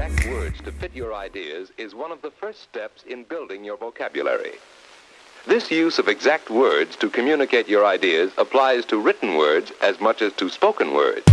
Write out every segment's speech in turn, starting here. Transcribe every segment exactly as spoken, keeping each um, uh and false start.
exact words to fit your ideas is one of the first steps in building your vocabulary. This use of exact words to communicate your ideas applies to written words as much as to spoken words.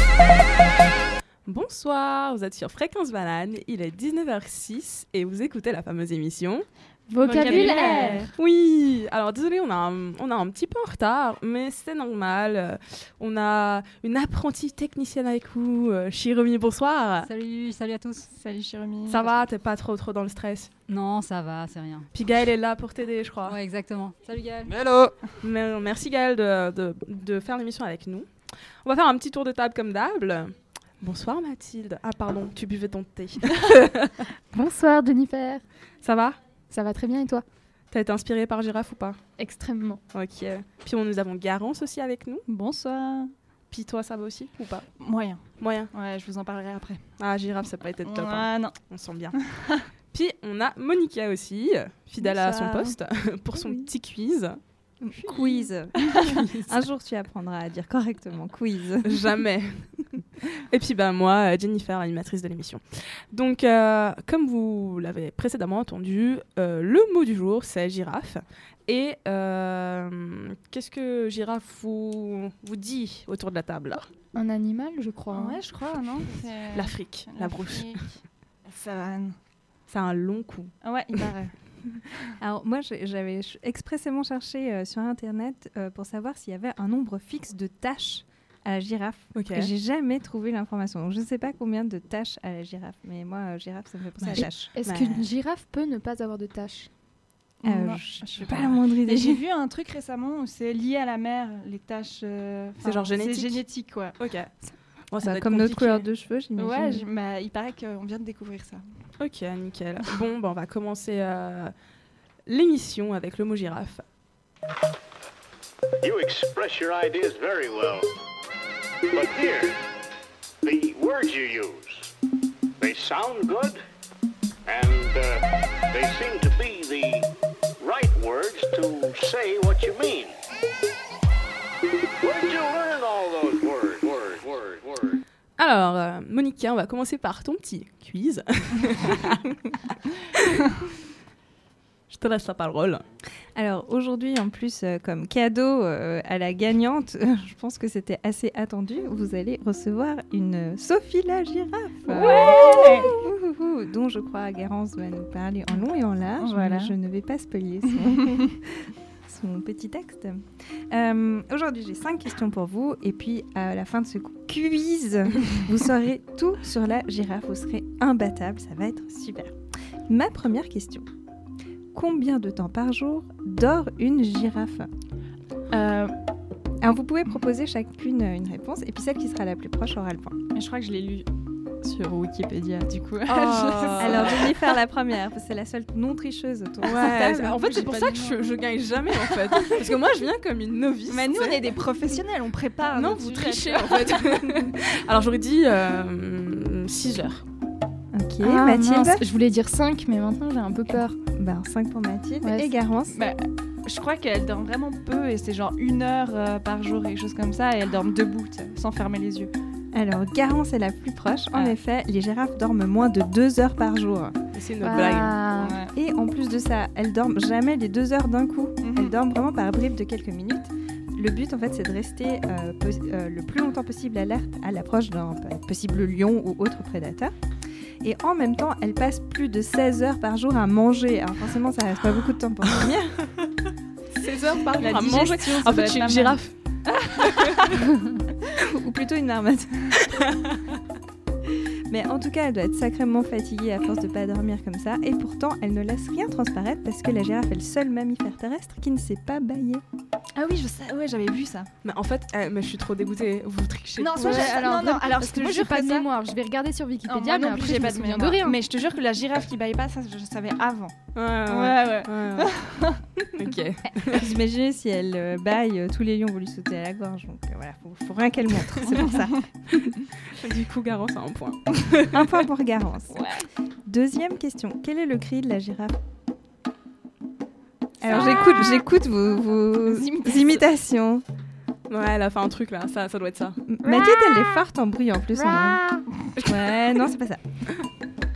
Bonsoir, vous êtes sur Fréquence Banane, il est dix-neuf heures six et vous écoutez la fameuse émission Vocabulaire. Oui, alors désolé, on a un, on a un petit peu en retard, mais c'est normal. Euh, on a une apprentie technicienne avec vous, euh, Chirumi, bonsoir. Salut, salut à tous. Salut Chirumi. Ça va, t'es pas trop trop dans le stress? Non, ça va, c'est rien. Puis Gaël est là pour t'aider, je crois. Ouais, exactement. Salut Gaël. Hello. Mais, merci Gaël de, de, de faire l'émission avec nous. On va faire un petit tour de table comme d'hab. Bonsoir Mathilde. Ah pardon, tu buvais ton thé. Bonsoir Jennifer. Ça va? Ça va très bien et toi? T'as été inspirée par Girafe ou pas? Extrêmement. Ok. Puis on, nous avons Garance aussi avec nous. Bonsoir. Puis toi, ça va aussi ou pas? Moyen. Moyen. Ouais, je vous en parlerai après. Ah, Girafe, ça n'a pas été top. Ouais, hein. non. On sent bien. Puis on a Monica aussi, fidèle Bonsoir. à son poste, pour son Oui. petit quiz. Quiz. Un jour, tu apprendras à dire correctement quiz. Jamais. Et puis ben moi, Jennifer, animatrice de l'émission. Donc, euh, comme vous l'avez précédemment entendu, euh, le mot du jour, c'est girafe. Et euh, qu'est-ce que girafe vous, vous dit autour de la table? Un animal, je crois. Ouais, je crois, non C'est- L'Afrique, la brousse. L'Afrique, La savane. C'est un long coup. Ah ouais, il paraît. Alors, moi, j'ai- j'avais ch- expressément cherché euh, sur Internet euh, pour savoir s'il y avait un nombre fixe de tâches à la girafe. Ok. Et j'ai jamais trouvé l'information. Donc, je ne sais pas combien de tâches à la girafe. Mais moi, euh, girafe, ça me fait penser Bah, à j'ai- tâches. Est-ce Bah. qu'une girafe peut ne pas avoir de taches? Euh, Non, je je sais n'ai pas. pas la moindre idée. Et j'ai vu un truc récemment où c'est lié à la mer, les tâches. euh, C'est genre enfin, génétique C'est génétique, quoi. Ok. Bon, ça Bah, va être comme notre compliqué. couleur de cheveux, j'imagine. Ouais, j- bah, il paraît qu'on vient de découvrir ça. Ok, nickel. Bon, ben, on va commencer euh, l'émission avec le mot girafe. You express your ideas very well. But here, the words you use, they sound good, and uh, they seem to be the right words to say what you mean. Where did you learn all those words, words, words, words? Alors, euh, Monica, on va commencer par ton petit quiz. Je te laisse la parole. Alors aujourd'hui, en plus, euh, comme cadeau euh, à la gagnante, euh, je pense que c'était assez attendu, vous allez recevoir une Sophie la girafe. Ouais Ouhouhou, dont je crois Garance va nous parler en long et en large. Voilà. Mais je ne vais pas spoiler son, son petit texte. Euh, aujourd'hui, j'ai cinq questions pour vous. Et puis, à la fin de ce quiz, vous saurez tout sur la girafe. Vous serez imbattable. Ça va être super. Ma première question. Combien de temps par jour dort une girafe? Euh, Alors, vous pouvez proposer chacune une réponse, et puis celle qui sera la plus proche aura le point. mais je crois que je l'ai lu sur Wikipédia, du coup. Alors, je vais faire la première, parce que c'est la seule non-tricheuse autour de Ouais, cette table. en fait, c'est j'ai pour pas ça dit que non. je, je gagne jamais, en fait. Parce que moi, je viens comme une novice. Mais nous, tu on sais. est des professionnels, on prépare. Non, notre vous sujet, trichez, tu en fait. Alors, j'aurais dit euh, six heures. Ok, Ah, Mathilde. mince, je voulais dire cinq, mais maintenant j'ai un peu peur. Ben, cinq pour Mathilde. Ouais, et c'est- Garance. Bah, je crois qu'elle dort vraiment peu et c'est genre une heure euh, par jour et quelque chose comme ça et elle dort debout, tu sais, sans fermer les yeux. Alors, Garance est la plus proche. En Ah. effet, les girafes dorment moins de deux heures par jour. C'est une blague. Ah. Ouais. Et en plus de ça, elles dorment jamais les deux heures d'un coup. Mhm. Elles dorment vraiment par bribes de quelques minutes. Le but, en fait, c'est de rester euh, pos- euh, le plus longtemps possible alerte à l'approche d'un p- possible lion ou autre prédateur. Et en même temps, elles passent plus de seize heures par jour à manger. Alors forcément, ça reste pas beaucoup de temps pour dormir. seize heures par La jour à manger. digestion, ça En doit fait, être je suis pas une mal. girafe. Ou plutôt une marmotte. Mais en tout cas, elle doit être sacrément fatiguée à force de pas dormir comme ça. Et pourtant, elle ne laisse rien transparaître parce que la girafe est le seul mammifère terrestre qui ne sait pas bâiller. Ah oui, je sais, ouais, j'avais vu ça. Mais en fait, euh, mais je suis trop dégoûtée. Vous trichez. Non, soit Ouais, j'ai- alors, non, non, vraiment, alors parce je que te moi j'ai jure pas que de ça- mémoire. Je vais regarder sur Non, Wikipédia, moi mais non plus, après j'ai je me pas de souviens de mémoire. rien. Mais je te jure que la girafe qui baille pas, ça, je, je savais avant. Ouais, ouais. Ouais, ouais. ouais, ouais. Ok. Vous imaginez si elle euh, bâille, euh, tous les lions vont lui sauter à la gorge. Donc euh, voilà, faut, faut rien qu'elle montre. C'est pour ça. Du coup, Garance a un point. Un point pour Garance. Deuxième question. Quel est le cri de la girafe? Alors j'écoute, j'écoute vos, vos Imitations. imitations. Ouais, elle a fait un truc là. Ça, ça doit être ça. M- Mathilde, elle est forte en bruit en plus. en- Ouais, non, c'est pas ça.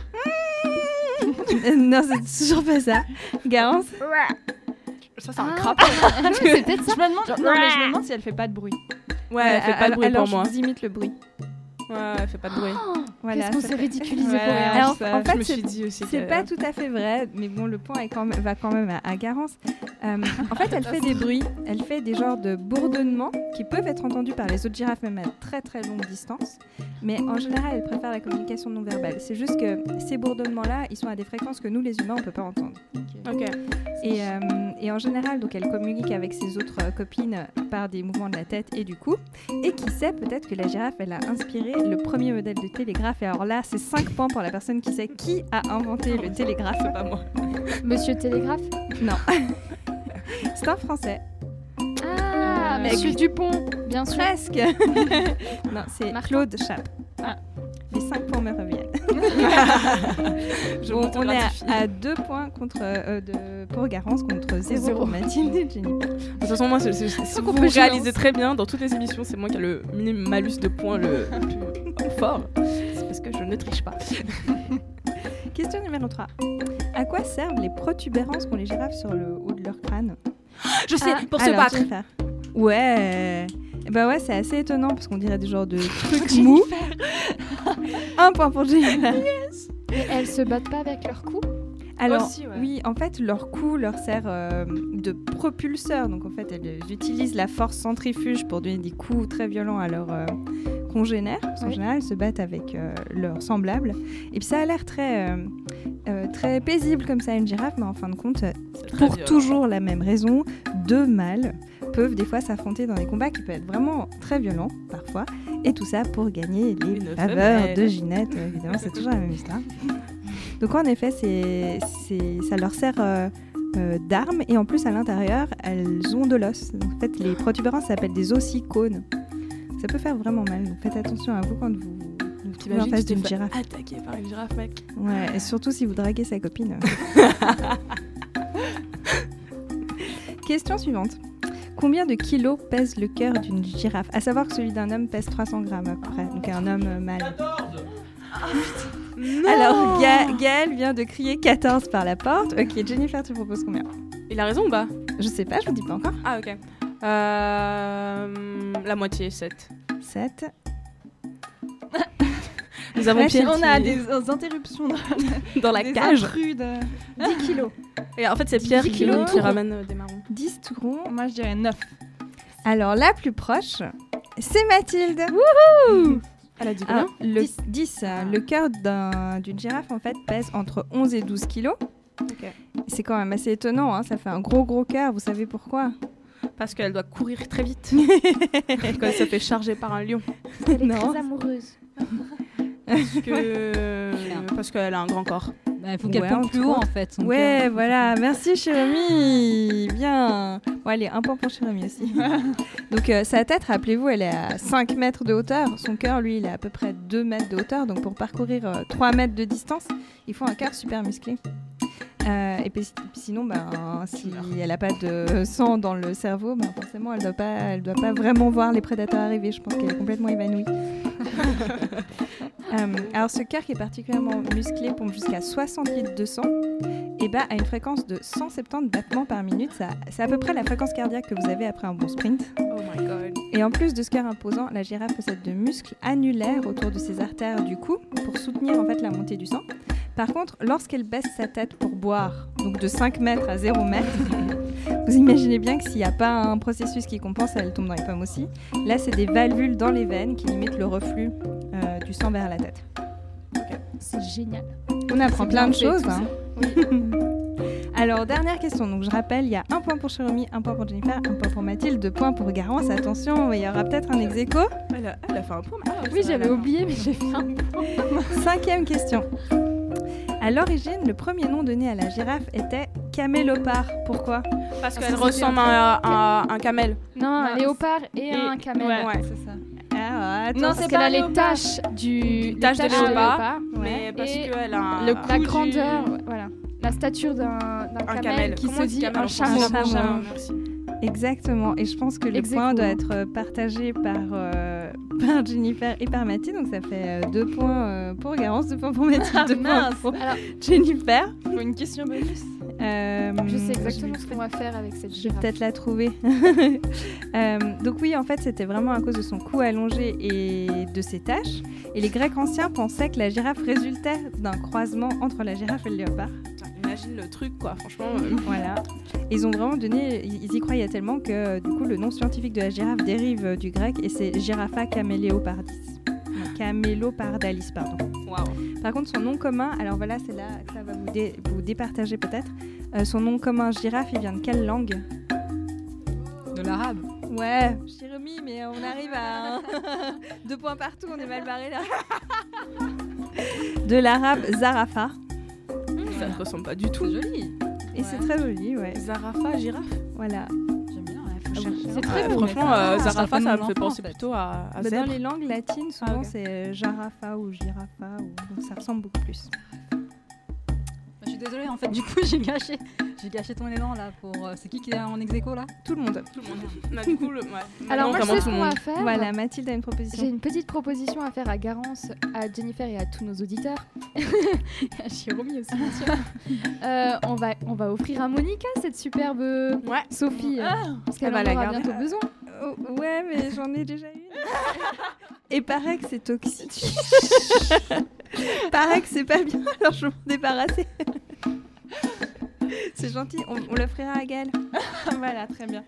euh, non, c'est toujours pas ça. Garance. Ça, c'est un Ah. crapaud. C'est peut-être ça. Je me demande, non, mais je me demande si elle fait pas de bruit. Ouais, elle fait pas de alors- bruit alors, pour moi. je vous imite le bruit. Ouais, elle fait pas de bruit. Voilà, Qu'est-ce qu'on ça s'est fait- ridiculisé Ouais, pour rien. Alors, ça, en Je fait, me c'est suis dit aussi c'est que- pas tout à fait vrai, mais bon, le point est quand même, va quand même à, à Garance. Euh, en fait, elle fait des bruits, elle fait des genres de bourdonnements qui peuvent être entendus par les autres girafes, même à très très longue distance. Mais en général, elle préfère la communication non verbale. C'est juste que ces bourdonnements-là, ils sont à des fréquences que nous, les humains, on peut pas entendre. Ok. Et, euh, et en général, donc elle communique avec ses autres euh, copines par des mouvements de la tête et du cou. Et qui sait, peut-être que la girafe, elle a inspiré le premier modèle de télégraphe. Et alors là, c'est cinq points pour la personne qui sait qui a inventé le télégraphe. C'est pas moi. Monsieur Télégraphe. Non. C'est un français. Ah, Euh, Monsieur Dupont, bien sûr. Presque. Non, c'est Martin. Claude Chappe. Ah. Les cinq points me reviennent. Je Bon, on est m'autogratifie. à, à deux points contre, euh, de, pour Garance contre zéro, Zéro. pour Mathilde et Jenny. De toute façon, moi, c'est- c'est- c'est- si qu'on vous peut réalisez gérer. très bien, dans toutes les émissions, c'est moi qui ai le minimum malus de points le plus fort. C'est parce que je ne triche pas. Question numéro trois. À quoi servent les protubérances qu'ont les girafes sur le haut de leur crâne? Je sais, Ah, pour se alors, battre. Jennifer. Ouais. Eh bah ouais, c'est assez étonnant parce qu'on dirait des genres de trucs mous. Un point pour Jennifer. Mais elles se battent pas avec leur cou. Alors, Aussi, ouais. oui, en fait, leur cou leur sert euh, de propulseur. Donc, en fait, elles utilisent la force centrifuge pour donner des coups très violents à leurs euh, congénères. Parce qu'en Oui. général, elles se battent avec euh, leurs semblables. Et puis, ça a l'air très, euh, euh, très paisible comme ça, une girafe. Mais en fin de compte, euh, C'est très pour violent. toujours la même raison, deux mâles peuvent des fois s'affronter dans des combats qui peuvent être vraiment très violents, parfois. Et tout ça pour gagner les Une faveurs femelle. de Ginette. euh, évidemment, c'est toujours la même histoire. Donc en effet, c'est, c'est, ça leur sert euh, euh, d'arme et en plus à l'intérieur, elles ont de l'os. Donc, en fait, les protubérances s'appellent des ossicones. Ça peut faire vraiment mal. Donc faites attention à vous quand vous vous trouvez en T'imagines face que tu d'une t'es fait girafe. attaquer par une girafe, mec. Ouais, et surtout si vous draguez sa copine. Question suivante. Combien de kilos pèse le cœur d'une girafe? À savoir que celui d'un homme pèse trois cents grammes à peu près. Donc un homme euh, mâle. Alors, Ga- Gaël vient de crier quatorze par la porte. Ok, Jennifer, tu proposes combien? Il a raison ou pas? Je sais pas, je vous dis pas encore. Ah, ok. Euh, la moitié, sept. sept. Nous avons Ouais, Pierre On a qui- des, des interruptions dans, dans la des cage. intrus de- dix kilos. Et en fait, c'est Pierre qui, kilos. qui ramène euh, des marrons. dix tout rond. Moi, je dirais neuf. Alors, la plus proche, c'est Mathilde. Elle a dit Ah, combien? le dix. euh, Le cœur d'un- d'une girafe, en fait, pèse entre onze et douze kilos. Ok. C'est quand même assez étonnant, hein, ça fait un gros gros cœur, vous savez pourquoi? Parce qu'elle doit courir très vite. Quand elle se fait charger par un lion. Elle est Non. très amoureuse. Parce que... Parce qu'elle a un grand corps. Bah, il faut qu'elle Ouais, en pompe plus tout haut cas. en fait. son Ouais, cœur. voilà, merci Chérémy. Bien. Bon, allez, un point pour Chérémy aussi. Donc, euh, sa tête, rappelez-vous, elle est à cinq mètres de hauteur. Son cœur, lui, il est à peu près deux mètres de hauteur. Donc, pour parcourir euh, trois mètres de distance, il faut un cœur super musclé. Euh, et puis, puis sinon, ben, si elle n'a pas de sang dans le cerveau, ben, forcément, elle ne doit, pas- elle doit pas vraiment voir les prédateurs arriver. Je pense qu'elle est complètement évanouie. Euh, alors, ce cœur qui est particulièrement musclé pompe jusqu'à soixante litres de sang et bat à une fréquence de cent soixante-dix battements par minute. Ça, c'est à peu près la fréquence cardiaque que vous avez après un bon sprint. Oh my god. Et en plus de ce cœur imposant, la girafe possède de muscles annulaires autour de ses artères du cou pour soutenir en fait la montée du sang. Par contre, lorsqu'elle baisse sa tête pour boire, donc de cinq mètres à zéro mètre, vous imaginez bien que s'il n'y a pas un processus qui compense, elle tombe dans les pommes aussi. Là, c'est des valvules dans les veines qui limitent le reflux euh, du sang vers la tête. C'est génial. On apprend C'est plein de bien fait, choses. tout Hein. Alors, dernière question. Donc, je rappelle, il y a un point pour Chérémy, un point pour Jennifer, un point pour Mathilde, deux points pour Garance. Attention, il y aura peut-être un ex aequo. Elle a, elle a fait un point. Ah, Oui, ça va, j'avais elle a- oublié, mais j'ai fait un. Cinquième question. À l'origine, le premier nom donné à la girafe était camélopard. Pourquoi? Parce Ah, qu'elle ça, ressemble c'était à, à un camel. Non, un Non, léopard et, Et- un camel. Ouais, Ouais. c'est ça. Ah, attends. Non, Parce c'est qu'elle pas a un les léopard. taches du. Taches de les léopard. Ouais. Mais parce Et qu'elle a un... Le- un la coup grandeur, du- ouais, voilà. La stature d'un d'un Un camel, camel. qui Comment se on dit dit camel un en chameau. français? Un chameau. Merci. Exactement. Et je pense que le Ex point aequo. doit être partagé par, euh, par Jennifer et par Mathilde. Donc ça fait euh, deux points euh, pour Garance, deux points pour Mathilde, Ah, deux points mince. pour Alors, Jennifer. Faut une question bonus. Euh, je sais je exactement vais- ce qu'on va faire avec cette Je vais girafe. peut-être la trouver. Euh, donc oui, en fait, c'était vraiment à cause de son cou allongé et de ses taches. Et les Grecs anciens pensaient que la girafe résultait d'un croisement entre la girafe et le léopard. Putain, imagine le truc, quoi. Franchement, euh, Voilà. Et ils ont vraiment donné, ils y croyaient tellement que euh, du coup, le nom scientifique de la girafe dérive euh, du grec et c'est Giraffa caméléopardis. Non, Camélopardalis, pardon. waouh. Par contre, son nom commun, alors voilà, c'est là que ça va vous, dé- vous départager peut-être. Euh, son nom commun girafe, il vient de quelle langue? De l'arabe. Ouais, j'ai remis, mais on arrive à un- deux points partout, on est mal barré là. De l'arabe Zarafa. Ça ne ressemble pas du tout. C'est joli. Et c'est très joli, ouais. Zarafa, girafe. Voilà. J'aime bien, il faut chercher. C'est Ouais, très beau. franchement, euh, Ah, ça Zarafa, fait ça mon me fait enfant, penser en fait. plutôt à, à Bah, dans zèbre. les langues latines, souvent Ah, ok. c'est euh, Jarafa ou Girafa, ou... donc ça ressemble beaucoup plus. Je suis désolée, en fait, du coup, j'ai gâché, j'ai gâché ton élan là pour. euh, c'est qui qui est en ex-aequo là? Tout le monde. Tout le monde. Bah, du coup, le... ouais. Alors, Maintenant, moi, je comment sais ce tout le qu'on monde. va faire. Voilà, Mathilde a une J'ai proposition. une petite proposition à faire à Garance, à Jennifer et à tous nos auditeurs. À Jérôme aussi, bien sûr. Euh, on, va, on va offrir à Monica cette superbe Ouais. Sophie. euh, parce qu'elle Elle va en la aura garder. bientôt besoin. Oh, ouais, mais j'en ai déjà une. Et paraît que c'est toxique. Paraît que c'est pas bien, alors je vais m'en débarrasser. C'est gentil, on, on l'offrira à Gaëlle. Voilà, très bien.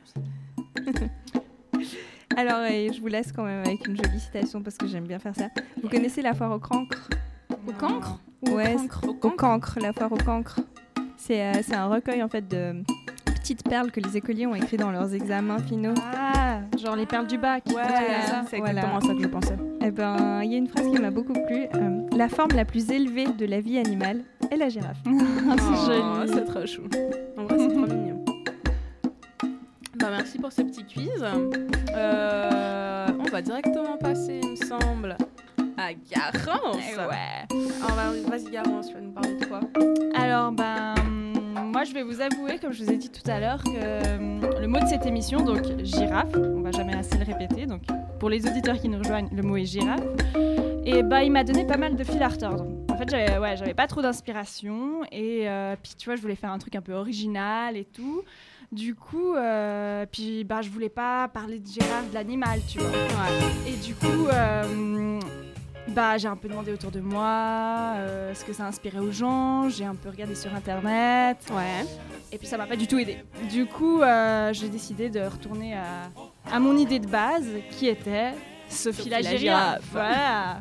Alors, et je vous laisse quand même avec une jolie citation parce que j'aime bien faire ça. Vous connaissez la foire au cancre? Au cancre Ouais, cancre. au cancre, la foire au cancre. C'est euh, c'est un recueil en fait de petites perles que les écoliers ont écrites dans leurs examens finaux. Ah, genre les perles du bac. Ouais, ça. c'est Voilà. exactement à ça que je pensais. Eh ben, il y a une phrase qui m'a beaucoup plu. euh, la forme la plus élevée de la vie animale est la girafe. Ah, c'est Oh, joli. c'est trop chou. En vrai, c'est trop mignon. Bah, merci pour ce petit quiz. Euh, on va directement passer, il me semble, à Garance. Eh ouais. Alors, va- vas-y, Garance, tu vas nous parler de quoi? Alors, ben, moi, je vais vous avouer, comme je vous ai dit tout à l'heure, que euh, le mot de cette émission, donc girafe, on va jamais assez le répéter, donc pour les auditeurs qui nous rejoignent, le mot est girafe. Et bah, il m'a donné pas mal de fil à retordre. En fait, j'avais, ouais, j'avais pas trop d'inspiration, et euh, puis tu vois, je voulais faire un truc un peu original et tout. Du coup, euh, puis bah, je voulais pas parler de girafe, de l'animal, tu vois. Et du coup, euh, bah, j'ai un peu demandé autour de moi euh, ce que ça inspirait aux gens. J'ai un peu regardé sur internet. Ouais. Et puis ça m'a pas du tout aidé. Du coup, euh, j'ai décidé de retourner à, à mon idée de base qui était Sophie, Sophie la la girafe. girafe. Voilà.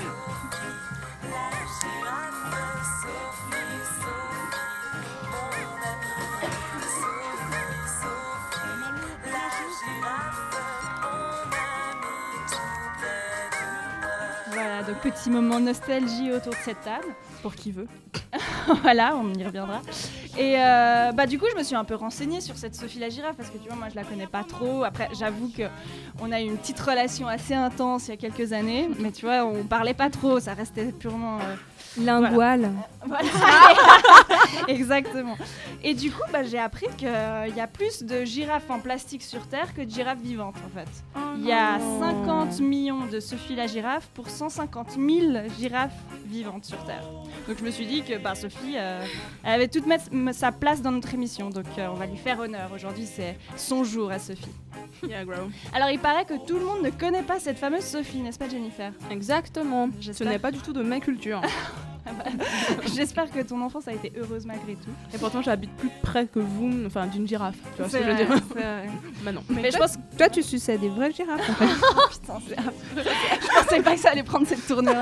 Voilà, donc petit moment nostalgie autour de cette table. Pour qui veut. Voilà, on y reviendra. Et euh, bah du coup, je me suis un peu renseignée sur cette Sophie la girafe parce que tu vois, moi je la connais pas trop. Après, j'avoue que on a eu une petite relation assez intense il y a quelques années, mais tu vois, on parlait pas trop, ça restait purement euh, Lingual. voilà. Exactement. Et du coup, bah, j'ai appris qu'il y a plus de girafes en plastique sur Terre que de girafes vivantes en fait. Il y a cinquante millions de Sophie la girafe pour cent cinquante mille girafes vivantes sur Terre. Donc je me suis dit que bah, Sophie, euh, elle avait toute mettre sa place dans notre émission. Donc euh, on va lui faire honneur. Aujourd'hui, c'est son jour à Sophie. Yeah, bro. Alors il paraît que tout le monde ne connaît pas cette fameuse Sophie, n'est-ce pas Jennifer? Exactement. Ce J'espère. n'est pas du tout de ma culture. J'espère que ton enfance a été heureuse malgré tout. Et pourtant, j'habite plus près que vous, enfin, d'une girafe. Tu vois ce C'est que je veux vrai, dire? c'est vrai. Bah non. Mais je pense Toi, tu suçais des vraies girafes en fait. Putain, c'est affreux. Je pensais pas que ça allait prendre cette tournure.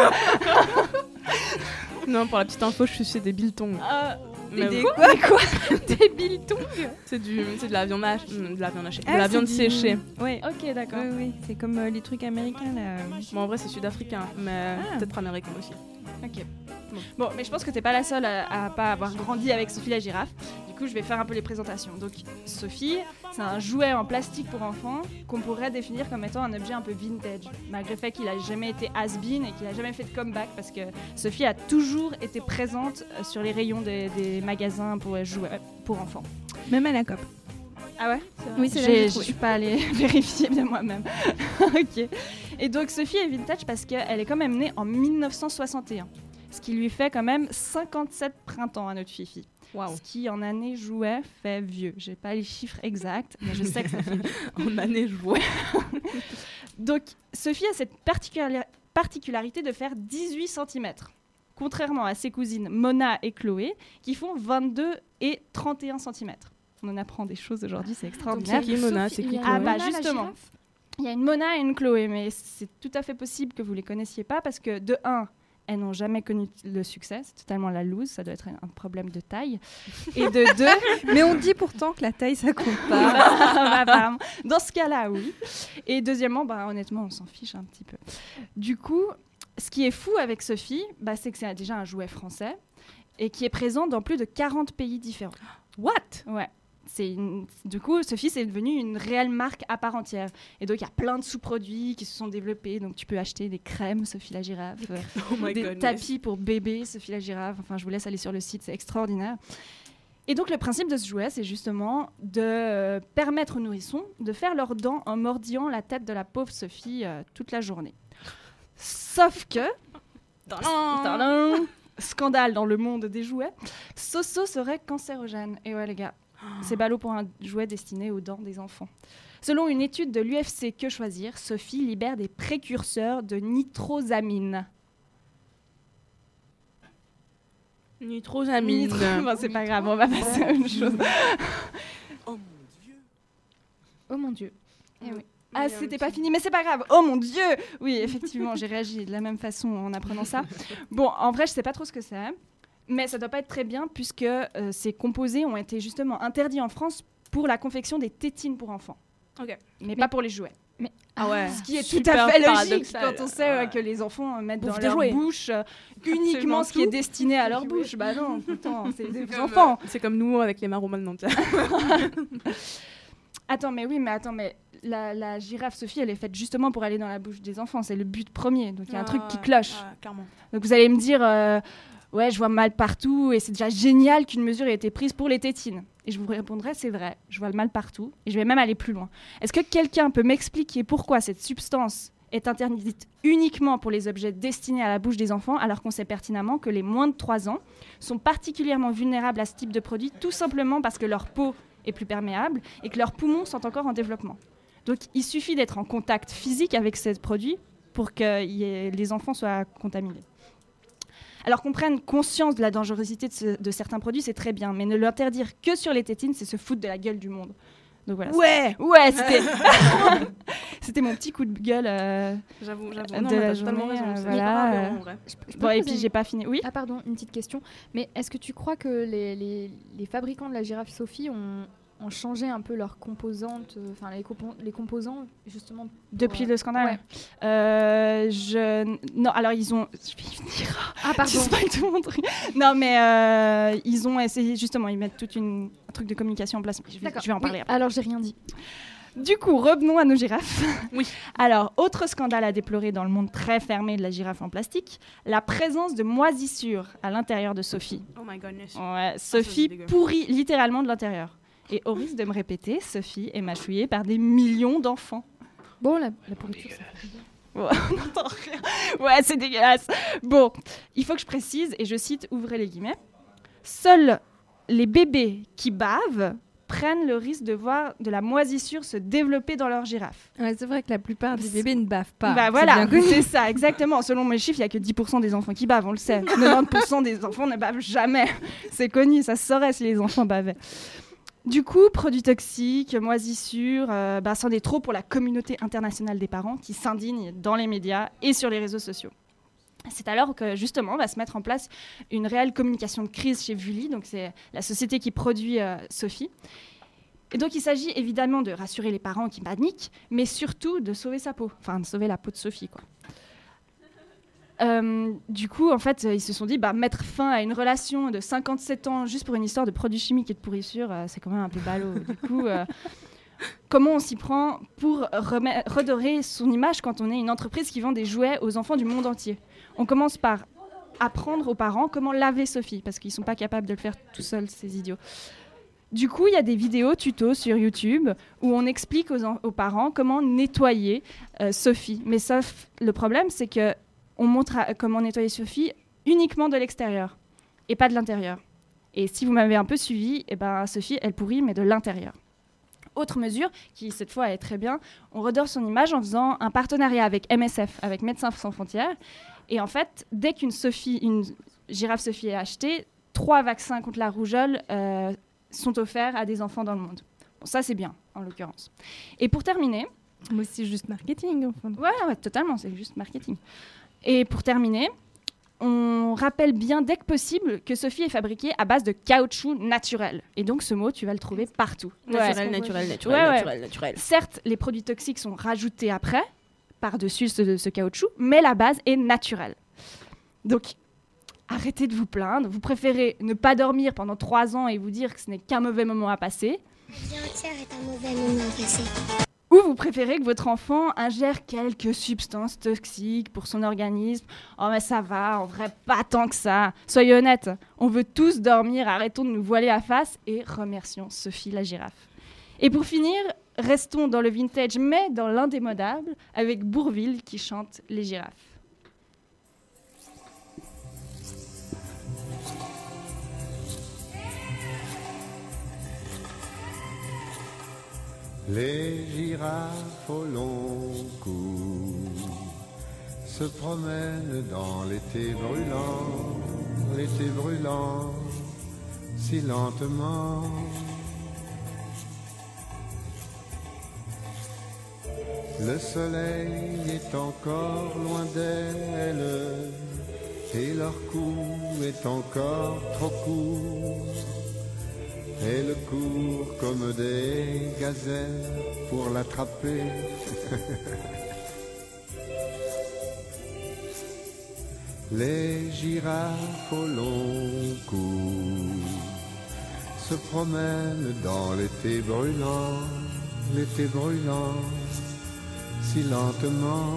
Non, pour la petite info, je suis chez des biltongs. Mais des bon, quoi, quoi Des biltons. c'est du, c'est de la viande hachée, de la viande hachée, de Ah, la c'est viande du- séchée. Ouais. Ok, d'accord. Oui, oui, c'est comme euh, les trucs américains là. Bon, en vrai, c'est sud-africain, mais Ah. peut-être américain aussi. Ok. Bon, mais je pense que t'es pas la seule à, à pas avoir grandi avec Sophie la girafe. Du coup, je vais faire un peu les présentations. Donc, Sophie, c'est un jouet en plastique pour enfants qu'on pourrait définir comme étant un objet un peu vintage, malgré le fait qu'il a jamais été has-been et qu'il a jamais fait de comeback, parce que Sophie a toujours été présente euh, sur les rayons des, des magasins pour euh, jouets pour enfants. Même à la C O P. Ah ouais Oui, c'est là que J'ai- j'ai Je trouvé. suis pas allée vérifier bien moi-même. Ok. Et donc Sophie est vintage parce qu'elle est quand même née en mille neuf cent soixante et un, ce qui lui fait quand même cinquante-sept printemps à notre Fifi. Waouh. Ce qui en année jouet fait vieux. J'ai pas les chiffres exacts, mais je sais que ça fait vieux. En année jouée. Donc Sophie a cette particular- particularité de faire dix-huit centimètres, contrairement à ses cousines Mona et Chloé qui font vingt-deux et trente et un centimètres. On en apprend des choses aujourd'hui, c'est extraordinaire. C'est qui Mona, c'est qui Ah Chloé bah Mona, la justement, girafe il y a une Mona et une Chloé, mais c'est tout à fait possible que vous les connaissiez pas parce que de un, elles n'ont jamais connu le succès, c'est totalement la loose, ça doit être un problème de taille. Et de deux, Mais on dit pourtant que la taille, ça compte pas. bah, apparemment, dans ce cas-là, oui. Et deuxièmement, bah, honnêtement, on s'en fiche un petit peu. Du coup, ce qui est fou avec Sophie, bah, c'est que c'est déjà un jouet français et qui est présent dans plus de quarante pays différents. What? Ouais. C'est une- Du coup, Sophie, c'est devenu une réelle marque à part entière. Et donc, il y a plein de sous-produits qui se sont développés. Donc, tu peux acheter des crèmes Sophie la girafe, euh, Oh my des goodness. tapis pour bébé Sophie la girafe. Enfin, je vous laisse aller sur le site, c'est extraordinaire. Et donc, le principe de ce jouet, c'est justement de euh, permettre aux nourrissons de faire leurs dents en mordillant la tête de la pauvre Sophie euh, toute la journée. Sauf que, tadam, scandale dans le monde des jouets, Soso serait cancérogène. Et ouais, les gars, c'est ballot pour un jouet destiné aux dents des enfants. Selon une étude de l'U F C Que Choisir, Sophie libère des précurseurs de nitrosamine. Nitrosamine. Bon, c'est pas grave, on va passer à autre chose. Oh mon dieu. Eh oui. Ah, c'était pas fini, mais c'est pas grave. Oh mon Dieu! Oui, effectivement, j'ai réagi de la même façon en apprenant ça. Bon, en vrai, je sais pas trop ce que c'est, mais ça doit pas être très bien puisque euh, ces composés ont été justement interdits en France pour la confection des tétines pour enfants. Ok. Mais, pas pour les jouets. Ah ouais. Ce qui est Super tout à fait logique paradoxal. quand on sait euh, Ouais. que les enfants euh, mettent Bouffent dans des leur jouets. bouche euh, uniquement Absolument ce qui est tout. destiné à leur Jouets. bouche. Bah non, pourtant, c'est des Comme, enfants. euh, C'est comme nous avec les marrons maintenant. tiens. Attends, mais oui, mais attends, mais la, la girafe Sophie, elle est faite justement pour aller dans la bouche des enfants. C'est le but premier. Donc il y a un truc qui Ah, cloche. ah, clairement. Donc vous allez me dire, euh, ouais, je vois mal partout et c'est déjà génial qu'une mesure ait été prise pour les tétines. Et je vous répondrai, c'est vrai, je vois le mal partout et je vais même aller plus loin. Est-ce que quelqu'un peut m'expliquer pourquoi cette substance est interdite uniquement pour les objets destinés à la bouche des enfants alors qu'on sait pertinemment que les moins de trois ans sont particulièrement vulnérables à ce type de produit tout simplement parce que leur peau est plus perméable et que leurs poumons sont encore en développement. Donc il suffit d'être en contact physique avec ces produits pour que y ait- les enfants soient contaminés. Alors qu'on prenne conscience de la dangerosité de, ce- de certains produits, c'est très bien, mais ne l'interdire que sur les tétines, c'est se foutre de la gueule du monde. Donc voilà. Ouais. Ouais, c'était c'était mon petit coup de gueule. euh, J'avoue, j'avoue. De Non, la mais t'as totalement journée, raison. euh, c'est voilà, grave, euh, en vrai. Je peux- je peux Bon, et poser puis une- j'ai pas fini. Oui. Ah pardon, une petite question. Mais est-ce que tu crois que les, les, les fabricants de la girafe Sophie ont, ont changé un peu leurs composantes, euh, enfin les, compo- les composants justement pour, Depuis euh, le scandale. ouais. Euh, je non, alors ils ont. Je vais y venir. Ah Je pardon. spoil tout mon truc. Non, mais euh, ils ont essayé justement. Ils mettent toute une un truc de communication en place. Je vais, D'accord. je vais en parler. Oui, après. alors j'ai rien dit. Du coup, revenons à nos girafes. Oui. Alors, autre scandale à déplorer dans le monde très fermé de la girafe en plastique, la présence de moisissures à l'intérieur de Sophie. Oh my goodness. Ouais, Sophie dégueu. pourrit littéralement de l'intérieur. Et au risque de me répéter, Sophie est mâchouillée par des millions d'enfants. Bon, la, la pourriture, ça fait bien. On n'entend rien. Ouais, c'est dégueulasse. Bon, il faut que je précise, et je cite, ouvrez les guillemets, seuls les bébés qui bavent prennent le risque de voir de la moisissure se développer dans leur girafe. Ouais, c'est vrai que la plupart des bébés ne bavent pas. Bah C'est voilà, bien connu. c'est ça, exactement. Selon mes chiffres, il n'y a que dix pour cent des enfants qui bavent, on le sait. quatre-vingt-dix pour cent des enfants ne bavent jamais. C'est connu, ça se saurait si les enfants bavaient. Du coup, produits toxiques, moisissures, euh, bah, c'en est trop pour la communauté internationale des parents qui s'indignent dans les médias et sur les réseaux sociaux. C'est alors que justement va se mettre en place une réelle communication de crise chez Vully, donc c'est la société qui produit euh, Sophie. Et donc il s'agit évidemment de rassurer les parents qui paniquent, mais surtout de sauver sa peau, enfin de sauver la peau de Sophie, quoi. Euh, du coup, en fait, ils se sont dit, bah, mettre fin à une relation de cinquante-sept ans juste pour une histoire de produits chimiques et de pourrissure, euh, c'est quand même un peu ballot. Du coup, euh, comment on s'y prend pour remet- redorer son image quand on est une entreprise qui vend des jouets aux enfants du monde entier? On commence par apprendre aux parents comment laver Sophie, parce qu'ils ne sont pas capables de le faire tout seuls, ces idiots. Du coup, il y a des vidéos tutos sur YouTube où on explique aux, en- aux parents comment nettoyer euh, Sophie. Mais sauf le problème, c'est que on montre à- comment nettoyer Sophie uniquement de l'extérieur et pas de l'intérieur. Et si vous m'avez un peu suivi, eh ben, Sophie, elle pourrit, mais de l'intérieur. Autre mesure, qui cette fois est très bien, on redore son image en faisant un partenariat avec M S F, avec Médecins sans frontières. Et en fait, dès qu'une Sophie, une girafe Sophie est achetée, trois vaccins contre la rougeole euh, sont offerts à des enfants dans le monde. Bon, ça c'est bien, en l'occurrence. Et pour terminer... Mais c'est juste marketing, enfin. Ouais, ouais, totalement, c'est juste marketing. Et pour terminer, on rappelle bien dès que possible que Sophie est fabriquée à base de caoutchouc naturel. Et donc ce mot, tu vas le trouver partout. Naturel, Ouais. naturel, naturel, Ouais, ouais. naturel, naturel. Certes, les produits toxiques sont rajoutés après, par-dessus ce, ce caoutchouc, mais la base est naturelle. Donc, arrêtez de vous plaindre. Vous préférez ne pas dormir pendant trois ans et vous dire que ce n'est qu'un mauvais moment à passer, La vie entière est un mauvais moment passé. ou vous préférez que votre enfant ingère quelques substances toxiques pour son organisme. Oh mais ça va, en vrai pas tant que ça. Soyez honnêtes, on veut tous dormir, arrêtons de nous voiler la face et remercions Sophie la girafe. Et pour finir, restons dans le vintage mais dans l'indémodable avec Bourvil qui chante les girafes. Les girafes au long cou se promènent dans l'été brûlant, l'été brûlant, si lentement. Le soleil est encore loin d'elles et leur cou est encore trop court. Elles courent comme des gazelles pour l'attraper. Les girafes au long cou se promènent dans l'été brûlant, l'été brûlant, si lentement.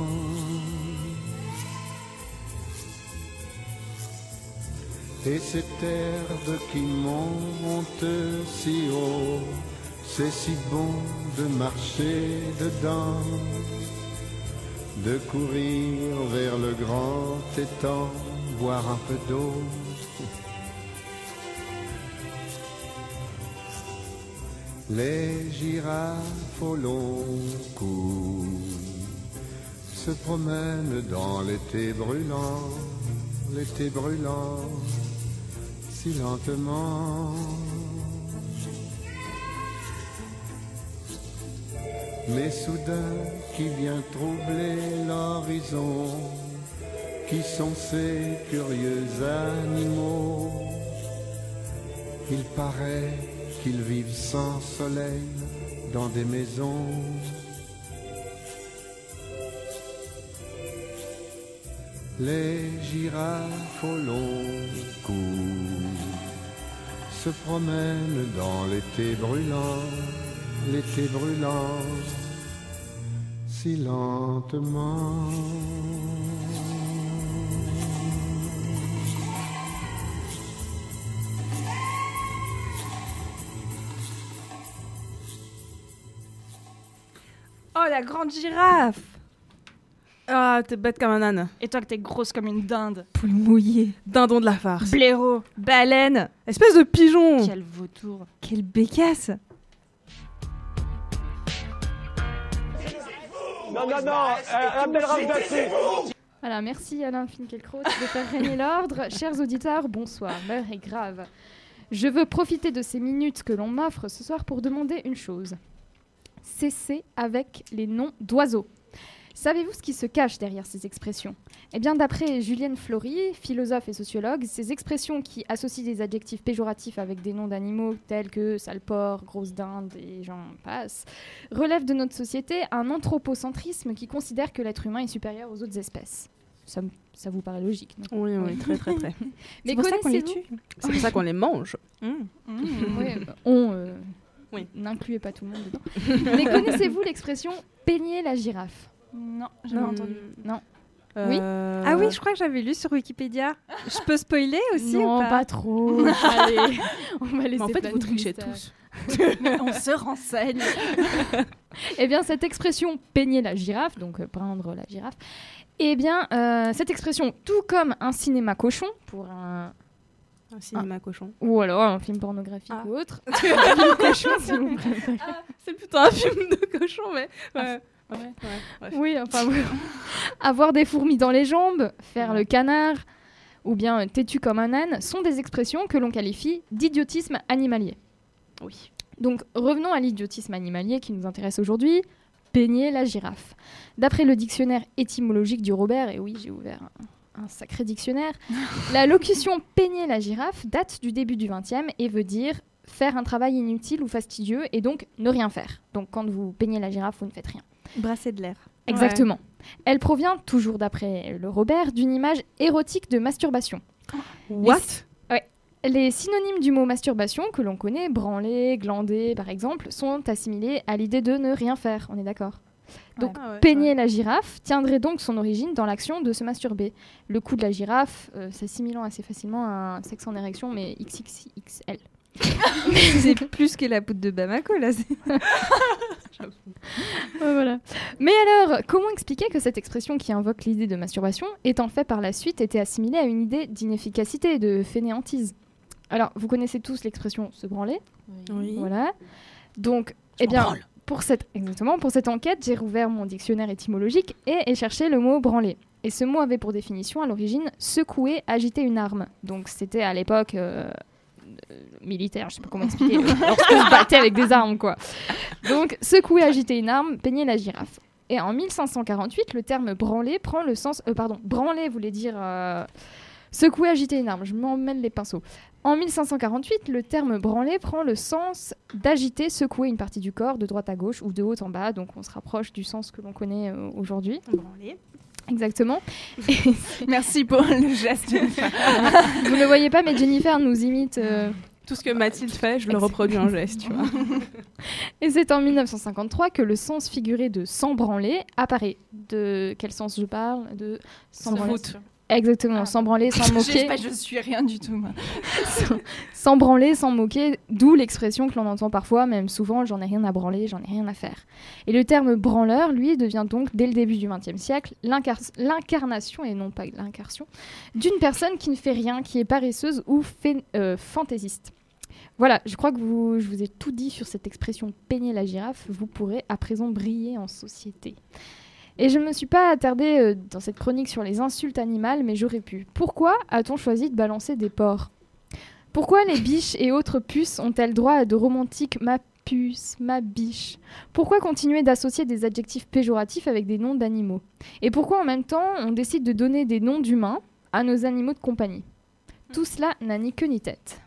Et cette herbe qui monte si haut, c'est si bon de marcher dedans, de courir vers le grand étang, boire un peu d'eau. Les girafes au long cou se promènent dans l'été brûlant, l'été brûlant, si lentement. Mais soudain qui vient troubler l'horizon, qui sont ces curieux animaux? Il paraît qu'ils vivent sans soleil dans des maisons. Les girafes au long cou se promènent dans l'été brûlant, l'été brûlant, si lentement. Oh, la grande girafe! Ah, t'es bête comme un âne. Et toi que t'es grosse comme une dinde. Poule mouillée. Dindon de la farce. Blaireau. Baleine. Espèce de pigeon. Quel vautour. Quelle bécasse! Non, non, non, euh, un bel rap d'actrice. Voilà, merci Alain Finkielkraut de faire régner l'ordre. Chers auditeurs, bonsoir. L'heure est grave. Je veux profiter de ces minutes que l'on m'offre ce soir pour demander une chose. Cessez avec les noms d'oiseaux. Savez-vous ce qui se cache derrière ces expressions? Eh bien, d'après Julienne Flory, philosophe et sociologue, ces expressions qui associent des adjectifs péjoratifs avec des noms d'animaux tels que sale porc, grosse dinde et j'en passe, relèvent de notre société un anthropocentrisme qui considère que l'être humain est supérieur aux autres espèces. Ça, m- ça vous paraît logique, non? Oui, oui, très, très, très. Mais C'est pour ça qu'on les connaissez-vous- tue. C'est pour ça qu'on les mange. Mmh. Ouais, bah, on euh, Oui. n'incluez pas tout le monde dedans. Mais connaissez-vous l'expression peigner la girafe? Non, j'ai pas Non. entendu. Non. Euh, Ah oui, je crois que j'avais lu sur Wikipédia. Je peux spoiler aussi Non, ou pas, pas trop. Allez, on va laisser Mais en fait, planer vous le trichez mystère. tous. Mais on se renseigne. Eh bien, cette expression « peigner la girafe », donc euh, peindre la girafe, eh bien, euh, cette expression, tout comme un cinéma cochon, pour un... Un cinéma un... cochon. Ou alors un film pornographique ah. ou autre. Un film cochon, si vous préférez. Ah, c'est plutôt un film de cochon, mais... Ouais. Ouais, ouais, oui, enfin, avoir des fourmis dans les jambes, faire ouais. le canard, ou bien têtu comme un âne, sont des expressions que l'on qualifie d'idiotisme animalier. Oui. Donc, revenons à l'idiotisme animalier qui nous intéresse aujourd'hui. Peigner la girafe. D'après le dictionnaire étymologique du Robert, et oui, j'ai ouvert un, un sacré dictionnaire, la locution « peigner la girafe » date du début du vingtième et veut dire faire un travail inutile ou fastidieux et donc ne rien faire. Donc, quand vous peignez la girafe, vous ne faites rien. Brasser de l'air. Exactement. Ouais. Elle provient, toujours d'après le Robert, d'une image érotique de masturbation. What ? Les, ouais. Les synonymes du mot masturbation, que l'on connaît, branler, glander par exemple, sont assimilés à l'idée de ne rien faire. On est d'accord ? Donc, ouais. Ah ouais, peigner ouais. la girafe tiendrait donc son origine dans l'action de se masturber. Le cou de la girafe, euh, s'assimilant assez facilement à un sexe en érection, mais X X X L. C'est plus que la poudre de Bamako, là. Ouais, voilà. Mais alors, comment expliquer que cette expression qui invoque l'idée de masturbation, étant faite par la suite, était assimilée à une idée d'inefficacité et de fainéantise ? Alors, vous connaissez tous l'expression « se branler ». Oui. Voilà. Donc, je eh bien, pour cette, exactement, pour cette enquête, j'ai rouvert mon dictionnaire étymologique et ai cherché le mot « branler ». Et ce mot avait pour définition, à l'origine, « secouer, agiter une arme ». Donc, c'était à l'époque... Euh, militaire, je sais pas comment expliquer, lorsqu'on se battait avec des armes, quoi. Donc, secouer, agiter une arme, peigner la girafe. Et en mille cinq cent quarante-huit, le terme branler prend le sens... Euh, pardon, branler voulait dire euh, secouer, agiter une arme. Je m'emmêle les pinceaux. En mille cinq cent quarante-huit, le terme branler prend le sens d'agiter, secouer une partie du corps de droite à gauche ou de haut en bas. Donc, on se rapproche du sens que l'on connaît euh, aujourd'hui. Branler. Exactement. Merci pour le geste. Vous ne le voyez pas, mais Jennifer nous imite. Euh... Tout ce que Mathilde fait, je le reproduis en geste, tu vois. Et c'est en mille neuf cent cinquante-trois que le sens figuré de sans branler apparaît. De quel sens je parle ? De sans branler. Exactement, ah. sans branler, sans moquer. Je, pas, je suis rien du tout, moi. sans, sans branler, sans moquer, d'où l'expression que l'on entend parfois, même souvent, j'en ai rien à branler, j'en ai rien à faire. Et le terme branleur, lui, devient donc, dès le début du vingtième siècle, l'incar- l'incarnation, et non pas l'incarnation, d'une personne qui ne fait rien, qui est paresseuse ou fait, euh, fantaisiste. Voilà, je crois que vous, je vous ai tout dit sur cette expression « peigner la girafe », vous pourrez à présent briller en société. Et je ne me suis pas attardée euh, dans cette chronique sur les insultes animales, mais j'aurais pu. Pourquoi a-t-on choisi de balancer des porcs ? Pourquoi les biches et autres puces ont-elles droit à de romantiques « ma puce »,« ma biche » ? Pourquoi continuer d'associer des adjectifs péjoratifs avec des noms d'animaux ? Et pourquoi en même temps on décide de donner des noms d'humains à nos animaux de compagnie ? Tout cela n'a ni queue ni tête.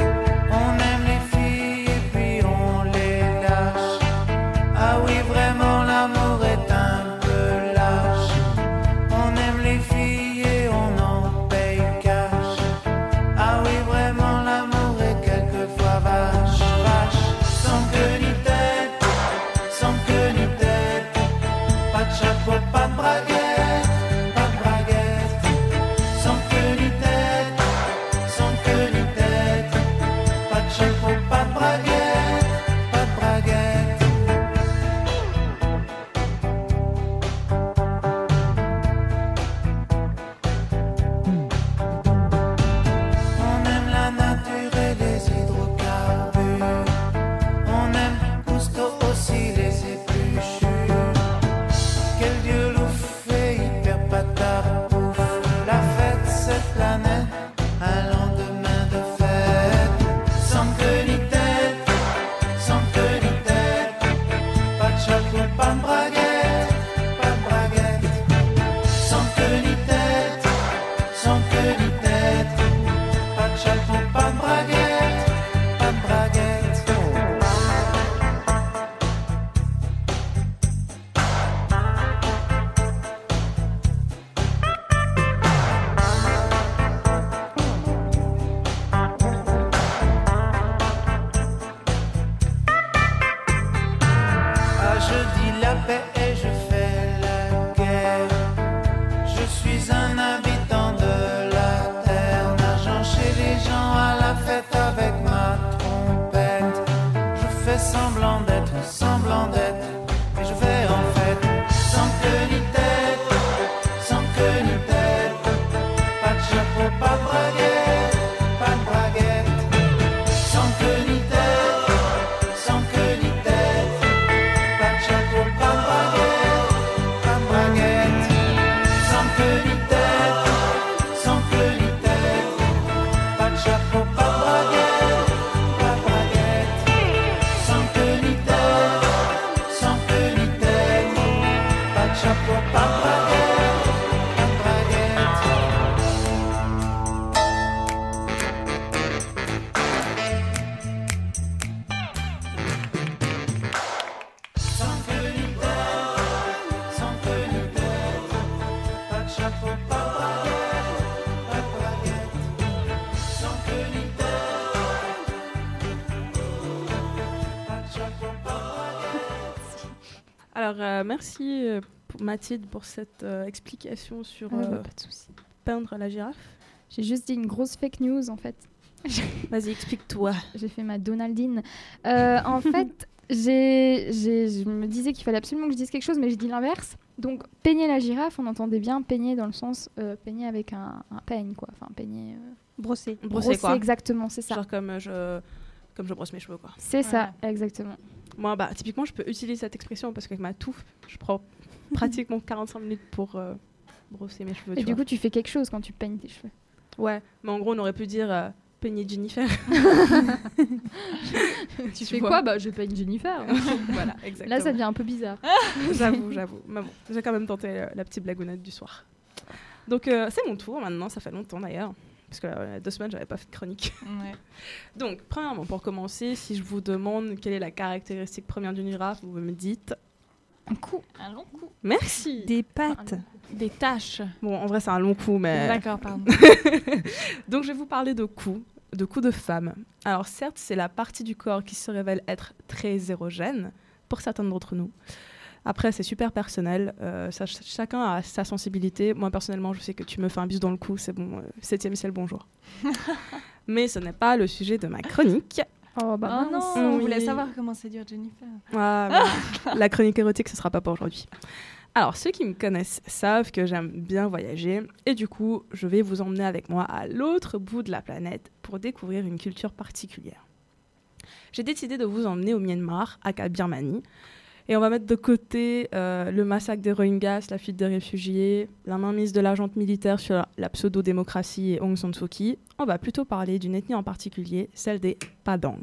Ah oui, vraiment. la paix et je fais la guerre. Je suis un habitant de la terre, nageant chez les gens à la fête avec ma trompette. Je fais semblant d'être, semblant d'être, mais je fais en fait sans queue ni tête, sans queue ni tête. Pas de chapeau, pas de braguette, pas de braguette. Sans queue ni tête, sans queue ni tête. Pas de chapeau, pas de braguette, pas de braguette. Sans queue ni tête, sans queue ni tête. Pas de chapeau, pas de braguette, pas de braguette. Sans queue ni tête, sans queue ni tête. Pas de chapeau, pas de braguette, pas de braguette. Sans queue ni tête, sans queue ni tête. Pas de chapeau, pas de braguette, pas de braguette. Sans queue ni tête. Pas de chapeau, pas de braguette. Alors, euh, merci euh, pour Mathilde pour cette euh, explication sur Ah, bah, euh, pas de souci. peindre la girafe. J'ai juste dit une grosse fake news en fait. Vas-y, explique-toi. J'ai fait ma Donaldine. Euh, en fait, j'ai, j'ai, je me disais qu'il fallait absolument que je dise quelque chose, mais j'ai dit l'inverse. Donc, peigner la girafe, on entendait bien peigner dans le sens euh, peigner avec un, un peigne, quoi. Enfin, peigner. Euh, Brosser. Brosser, quoi. exactement, c'est ça. Genre comme euh, je, comme je brosse mes cheveux, quoi. C'est ça, exactement. Moi, bah, typiquement, je peux utiliser cette expression parce qu'avec ma touffe, je prends pratiquement quarante-cinq minutes pour euh, brosser mes cheveux. Et tu du vois. coup, tu fais quelque chose quand tu peignes tes cheveux. Ouais, mais en gros, on aurait pu dire euh, peigner Jennifer. Tu fais vois. quoi? Bah, je peigne Jennifer. Voilà, exactement. Là, ça devient un peu bizarre. J'avoue, j'avoue. Mais bon, j'ai quand même tenté euh, la petite blagounette du soir. Donc, euh, c'est mon tour maintenant. Ça fait longtemps d'ailleurs. Parce que euh, il y a deux semaines, j'avais pas fait de chronique. Ouais. Donc, premièrement, pour commencer, si je vous demande quelle est la caractéristique première d'une girafe, vous me dites Un coup. Un long coup. merci. Des pattes. Des taches. Bon, en vrai, c'est un long coup, mais. D'accord, pardon. Donc, je vais vous parler de cou, de cou de femme. Alors, certes, c'est la partie du corps qui se révèle être très érogène pour certains d'entre nous. Après, c'est super personnel. Euh, ça, ch- chacun a sa sensibilité. Moi, personnellement, je sais que tu me fais un bis dans le cou, c'est bon. Euh, septième ciel, bonjour. Mais ce n'est pas le sujet de ma chronique. Oh, bah Oh mince. non, on Oui. voulait savoir comment séduire Jennifer. Ah, voilà. La chronique érotique, ce sera pas pour aujourd'hui. Alors, ceux qui me connaissent savent que j'aime bien voyager. Et du coup, je vais vous emmener avec moi à l'autre bout de la planète pour découvrir une culture particulière. J'ai décidé de vous emmener au Myanmar, à Birmanie. Et on va mettre de côté euh, le massacre des Rohingyas, la fuite des réfugiés, la mainmise de la junte militaire sur la, la pseudo-démocratie et Aung San Suu Kyi. On va plutôt parler d'une ethnie en particulier, celle des Padang.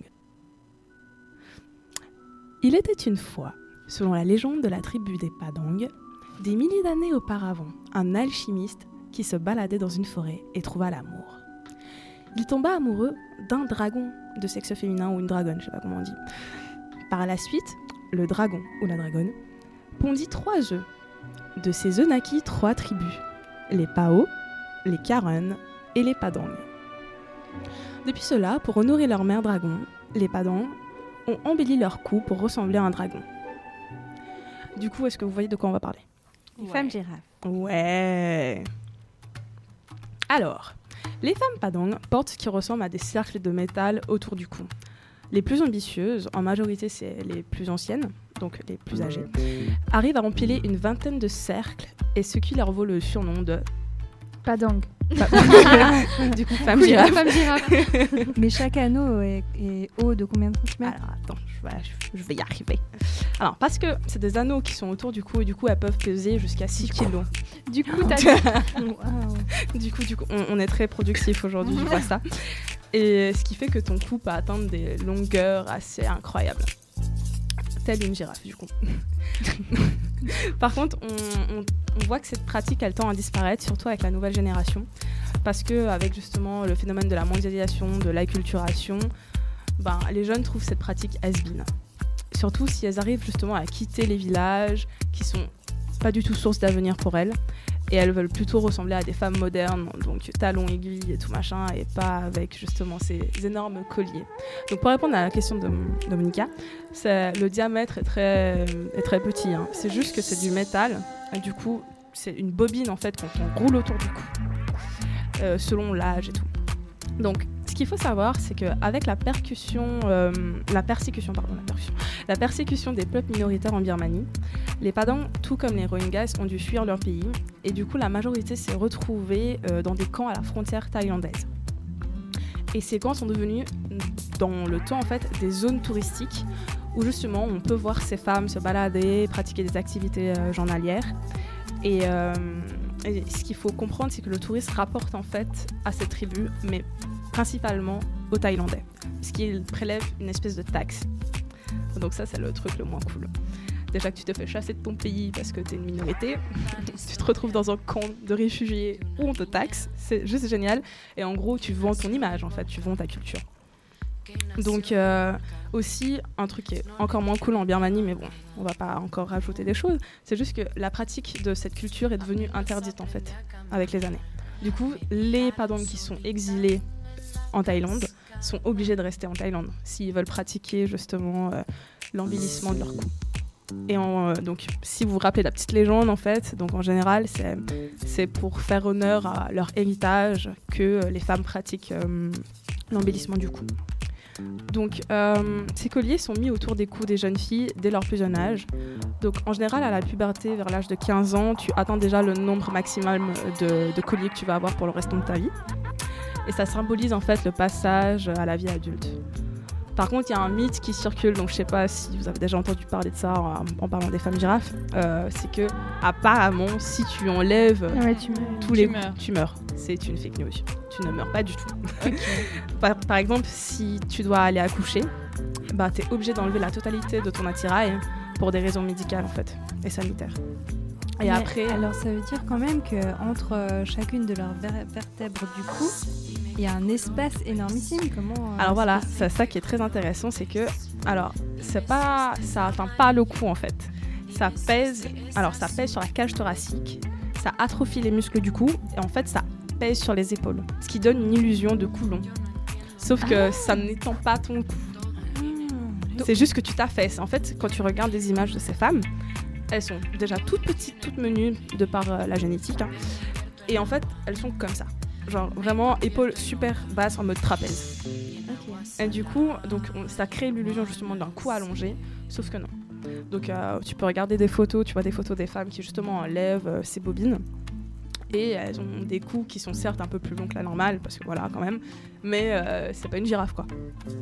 Il était une fois, selon la légende de la tribu des Padang, des milliers d'années auparavant, un alchimiste qui se baladait dans une forêt et trouva l'amour. Il tomba amoureux d'un dragon de sexe féminin ou une dragonne, je sais pas comment on dit. Par la suite, le dragon ou la dragonne pondit trois œufs. De ces œufs naquit trois tribus, les Pao, les Karen et les Padang. Depuis cela, pour honorer leur mère dragon, les Padang ont embelli leur cou pour ressembler à un dragon. Du coup, est-ce que vous voyez de quoi on va parler? Les femmes girafes. Ouais. Alors, les femmes Padang portent ce qui ressemble à des cercles de métal autour du cou. Les plus ambitieuses, en majorité c'est les plus anciennes, donc les plus âgées, arrivent à empiler une vingtaine de cercles, et ce qui leur vaut le surnom de Padang. du coup, femme Oui, girafe. femme girafe. Mais chaque anneau est, est haut de combien de centimètres? Alors attends, je vais, je vais y arriver. Alors parce que c'est des anneaux qui sont autour du cou et du coup elles peuvent peser jusqu'à six kilos. Du coup, t'as dit... Wow. Du coup, du coup on, on est très productif aujourd'hui, je vois ça. Et ce qui fait que ton cou peut atteindre des longueurs assez incroyables. Telle une girafe, du coup. Par contre, on, on, on voit que cette pratique, elle tend à disparaître, surtout avec la nouvelle génération. Parce qu'avec justement le phénomène de la mondialisation, de l'acculturation, ben, les jeunes trouvent cette pratique has-been. Surtout si elles arrivent justement à quitter les villages, qui sont pas du tout source d'avenir pour elles, Et elles veulent plutôt ressembler à des femmes modernes, donc talons aiguilles et tout machin, et pas avec justement ces énormes colliers. Donc pour répondre à la question de Dominica, c'est, le diamètre est très, est très petit. Hein. C'est juste que c'est du métal. Et du coup, c'est une bobine en fait qu'on roule autour du cou, euh, selon l'âge et tout. Donc, ce qu'il faut savoir, c'est qu'avec la percussion, euh, la persécution, pardon, la percussion, la persécution des peuples minoritaires en Birmanie, les Padang, tout comme les Rohingyas, ont dû fuir leur pays, et du coup, la majorité s'est retrouvée euh, dans des camps à la frontière thaïlandaise. Et ces camps sont devenus, dans le temps en fait, des zones touristiques où justement on peut voir ces femmes se balader, pratiquer des activités euh, journalières. Et, euh, et ce qu'il faut comprendre, c'est que le touriste rapporte en fait à cette tribu, mais principalement aux Thaïlandais, parce qu'ils prélèvent une espèce de taxe. Donc ça, c'est le truc le moins cool. Déjà que tu te fais chasser de ton pays parce que t'es une minorité, tu te retrouves dans un camp de réfugiés où on te taxe, c'est juste génial. Et en gros, tu vends ton image, en fait, tu vends ta culture. Donc euh, aussi, un truc qui est encore moins cool en Birmanie, mais bon, on va pas encore rajouter des choses, c'est juste que la pratique de cette culture est devenue interdite, en fait, avec les années. Du coup, les Padang qui sont exilés en Thaïlande sont obligés de rester en Thaïlande s'ils veulent pratiquer justement euh, l'embellissement de leur cou. Et en, euh, donc, si vous vous rappelez la petite légende, en fait, donc en général, c'est, c'est pour faire honneur à leur héritage que euh, les femmes pratiquent euh, l'embellissement du cou. Donc, euh, ces colliers sont mis autour des cous des jeunes filles dès leur plus jeune âge. Donc, en général, à la puberté, vers l'âge de quinze ans, tu atteins déjà le nombre maximum de, de colliers que tu vas avoir pour le restant de ta vie. Et ça symbolise en fait le passage à la vie adulte. Par contre, il y a un mythe qui circule, donc je sais pas si vous avez déjà entendu parler de ça en, en parlant des femmes girafes, euh, c'est que apparemment, si tu enlèves ah ouais, tu tous tu les, meurs. tu meurs. C'est une fake news. Tu ne meurs pas du tout. Okay. par, par exemple, si tu dois aller accoucher, bah t'es obligé d'enlever la totalité de ton attirail pour des raisons médicales en fait et sanitaires. Et Mais après, alors ça veut dire quand même qu'entre euh, chacune de leurs ver- vertèbres du cou, il y a un espace énormissime. Comment euh, alors voilà, c'est ça qui est très intéressant, c'est que alors c'est pas, ça atteint pas le cou en fait. Ça pèse, alors ça pèse sur la cage thoracique, ça atrophie les muscles du cou et en fait ça pèse sur les épaules, ce qui donne une illusion de cou long. Sauf que Ah. ça n'étend pas ton cou. Donc- C'est juste que tu t'affaisses. En fait, quand tu regardes des images de ces femmes, elles sont déjà toutes petites, toutes menues de par euh, la génétique. Hein. Et en fait, elles sont comme ça. Genre vraiment épaules super basses en mode trapèze. Et du coup, donc, on- ça crée l'illusion justement d'un cou allongé, sauf que non. Donc euh, tu peux regarder des photos, tu vois des photos des femmes qui justement lèvent euh, ces bobines. Et elles ont des coups qui sont certes un peu plus longs que la normale, parce que voilà quand même, mais euh, c'est pas une girafe quoi.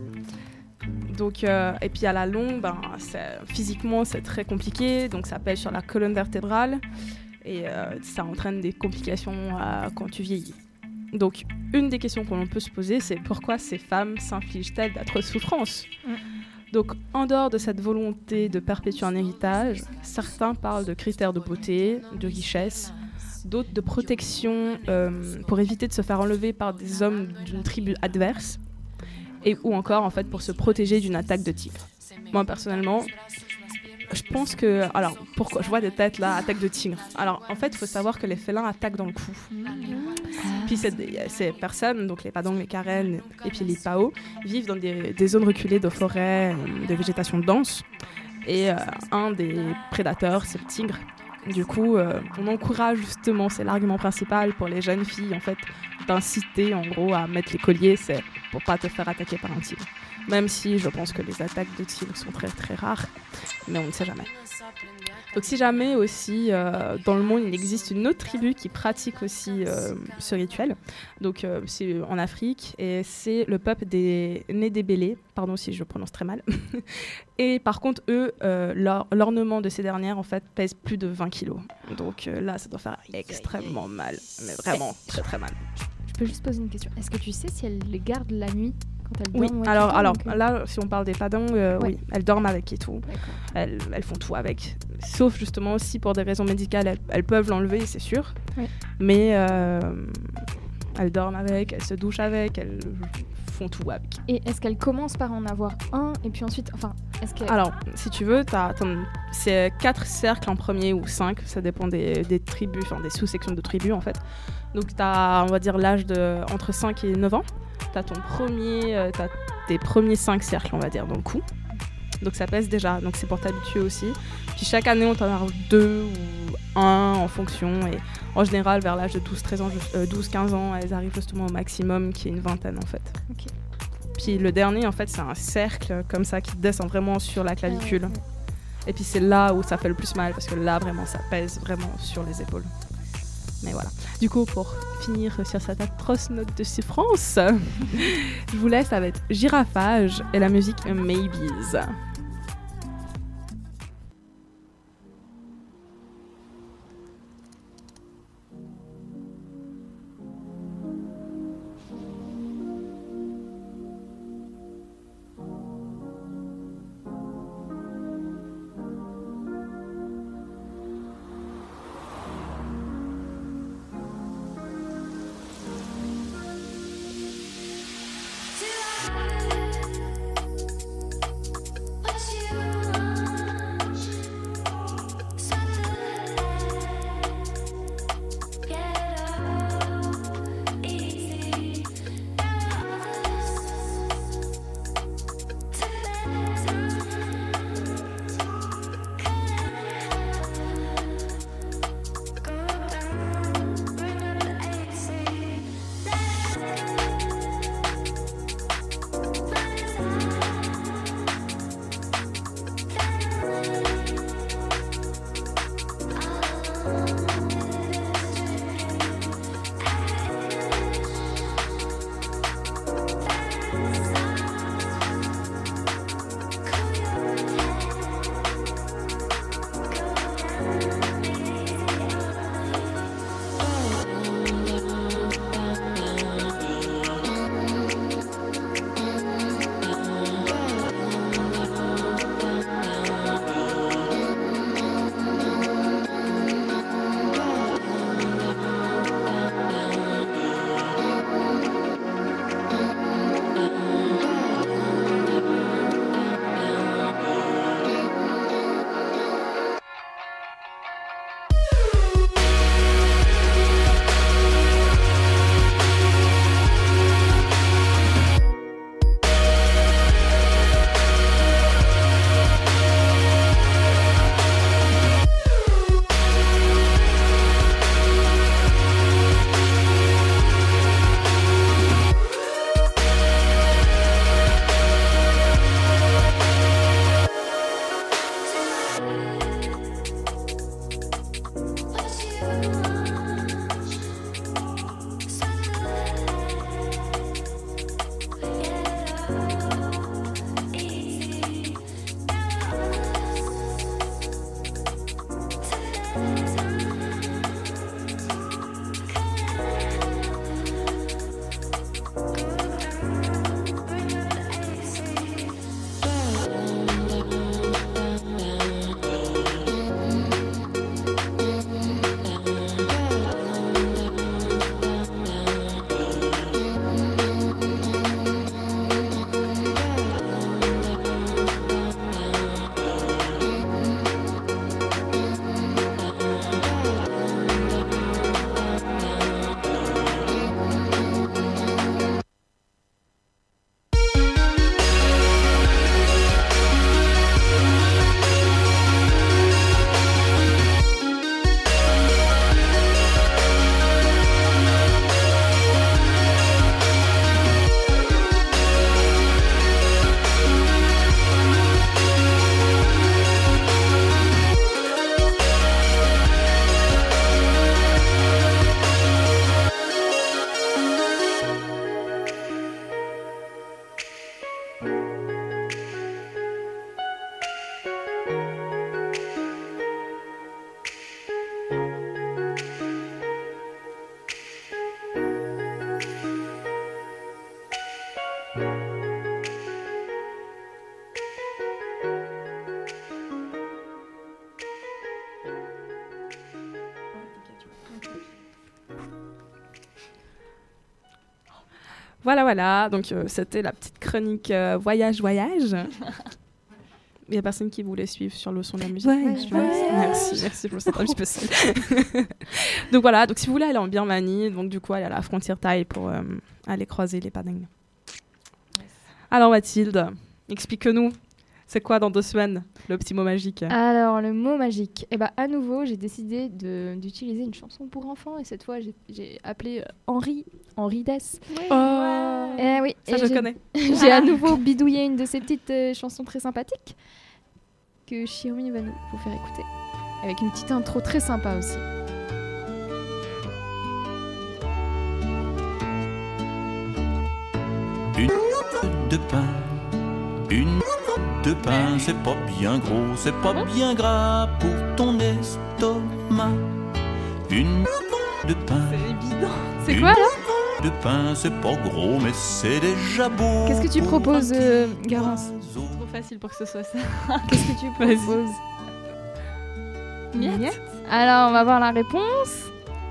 Donc, euh, et puis à la longue, ben, c'est- physiquement c'est très compliqué, donc ça pèse sur la colonne vertébrale et euh, ça entraîne des complications euh, quand tu vieillis. Donc une des questions que l'on peut se poser, c'est pourquoi ces femmes s'infligent-elles d'atroces souffrances ? Mm. Donc en dehors de cette volonté de perpétuer un héritage, certains parlent de critères de beauté, de richesse, d'autres de protection euh, pour éviter de se faire enlever par des hommes d'une tribu adverse, et ou encore en fait pour se protéger d'une attaque de tigre. Moi personnellement, je pense que, alors pourquoi je vois des têtes là, attaque de tigre. Alors en fait, il faut savoir que les félins attaquent dans le cou. Puis c'est des- ces personnes, donc les Padang, les Karen et puis les Pao, vivent dans des, des zones reculées de forêts, euh, de végétation dense. Et euh, un des prédateurs, c'est le tigre. Du coup, euh, on encourage justement, c'est l'argument principal pour les jeunes filles, en fait, d'inciter en gros à mettre les colliers, c'est pour pas te faire attaquer par un tigre. Même si je pense que les attaques de tigres sont très très rares, mais on ne sait jamais. Donc si jamais aussi euh, dans le monde il existe une autre tribu qui pratique aussi euh, ce rituel, donc euh, c'est en Afrique et c'est le peuple des Ndébélé, pardon si je prononce très mal. Et par contre eux, euh, l'or- l'ornement de ces dernières en fait pèse plus de vingt kilos. Donc euh, là ça doit faire extrêmement mal, mais vraiment très très mal. Je peux juste poser une question. Est-ce que tu sais si elles les gardent la nuit quand elles Oui, dorment? Ouais, alors, tout le temps, alors donc, euh, là, si on parle des Padang, euh, Ouais. oui, elles dorment avec et tout. D'accord. Elles, elles font tout avec. Sauf justement aussi pour des raisons médicales, elles, elles peuvent l'enlever, c'est sûr. Ouais. Mais euh, elles dorment avec, elles se douchent avec, elles font tout avec. Et est-ce qu'elles commencent par en avoir un et puis ensuite, enfin, est-ce que... Alors, si tu veux, t'as, t'as, c'est quatre cercles en premier ou cinq, ça dépend des, des tribus, enfin des sous-sections de tribus en fait. Donc t'as, on va dire, l'âge de entre cinq et neuf ans. T'as ton premier, euh, t'as tes premiers cinq cercles, on va dire, dans le cou. Donc ça pèse déjà, donc c'est pour t'habituer aussi. Puis chaque année, on t'en a deux ou un en fonction. Et en général, vers l'âge de douze treize ans, euh, douze quinze ans, elles arrivent justement au maximum, qui est une vingtaine en fait. Ok. Puis le dernier, en fait, c'est un cercle comme ça qui descend vraiment sur la clavicule. Ah ouais, ouais. Et puis c'est là où ça fait le plus mal, parce que là, vraiment, ça pèse vraiment sur les épaules. Mais voilà. Du coup, pour finir sur cette atroce note de souffrance, je vous laisse avec Giraffage et la musique Maybes. Voilà, voilà. Donc, euh, c'était la petite chronique euh, voyage-voyage. Il n'y a personne qui voulait suivre sur le son de la musique. Ouais, merci, ouais. merci, merci, je me sens un petit peu seule. Donc voilà, donc si vous voulez aller en Birmanie, donc du coup aller à la frontière thaï pour euh, aller croiser les Padang. Alors Mathilde, explique-nous, c'est quoi dans deux semaines le petit mot magique? Alors, le mot magique. Eh ben, à nouveau, j'ai décidé de- d'utiliser une chanson pour enfants et cette fois, j'ai- j'ai appelé euh, Henri, Henri Dess. Oh, Eh oui, ça et je j'ai- connais. J'ai à nouveau bidouillé une de ces petites euh, chansons très sympathiques que Shiromi va nous vous faire écouter. Avec une petite intro très sympa aussi. Une de pain, une de pain, c'est pas bien gros, c'est pas bien gras pour ton estomac. Une de pain. C'est évident. C'est quoi là? De pain, c'est pas gros, mais c'est déjà beau. Qu'est-ce que tu pour proposes, un petit euh, Garance? oiseau. Trop facile pour que ce soit ça. Qu'est-ce que tu Vas-y. proposes? Miette. Alors, on va voir la réponse.